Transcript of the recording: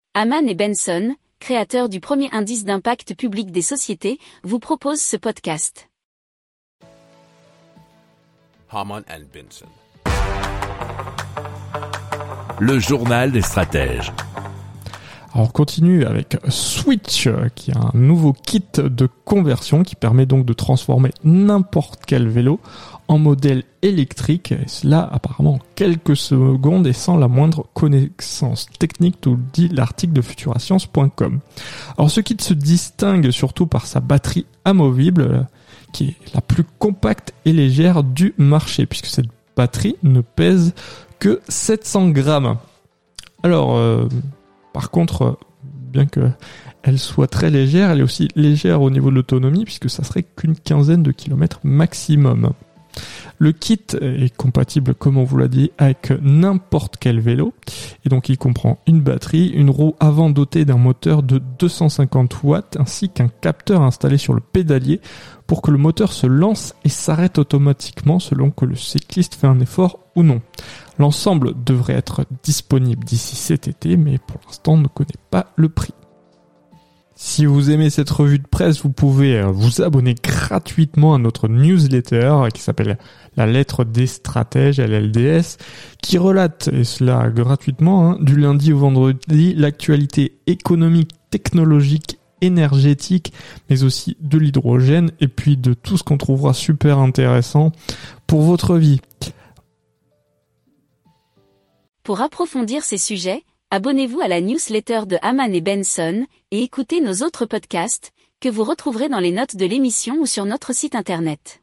Hamann et Benson, créateurs du premier indice d'impact public des sociétés, vous proposent ce podcast. Hamann and Benson. Le journal des stratèges. Alors on continue avec Switch, qui est un nouveau kit de conversion qui permet donc de transformer n'importe quel vélo en modèle électrique, et cela apparemment en quelques secondes et sans la moindre connaissance technique, tout dit l'article de futurascience.com. Alors ce kit se distingue surtout par sa batterie amovible, qui est la plus compacte et légère du marché, puisque cette batterie ne pèse que 700 grammes. Alors, par contre, bien qu'elle soit très légère, elle est aussi légère au niveau de l'autonomie, puisque ça serait qu'une quinzaine de kilomètres maximum. Le kit est compatible, comme on vous l'a dit, avec n'importe quel vélo. Et donc il comprend une batterie, une roue avant dotée d'un moteur de 250 watts, ainsi qu'un capteur installé sur le pédalier pour que le moteur se lance et s'arrête automatiquement selon que le cycliste fait un effort ou non. L'ensemble devrait être disponible d'ici cet été, mais pour l'instant on ne connaît pas le prix. Si vous aimez cette revue de presse, vous pouvez vous abonner gratuitement à notre newsletter qui s'appelle La Lettre des Stratèges, LLDS, qui relate, et cela gratuitement, du lundi au vendredi, l'actualité économique, technologique, énergétique, mais aussi de l'hydrogène, et puis de tout ce qu'on trouvera super intéressant pour votre vie. Pour approfondir ces sujets, abonnez-vous à la newsletter de Hamann et Benson et écoutez nos autres podcasts que vous retrouverez dans les notes de l'émission ou sur notre site internet.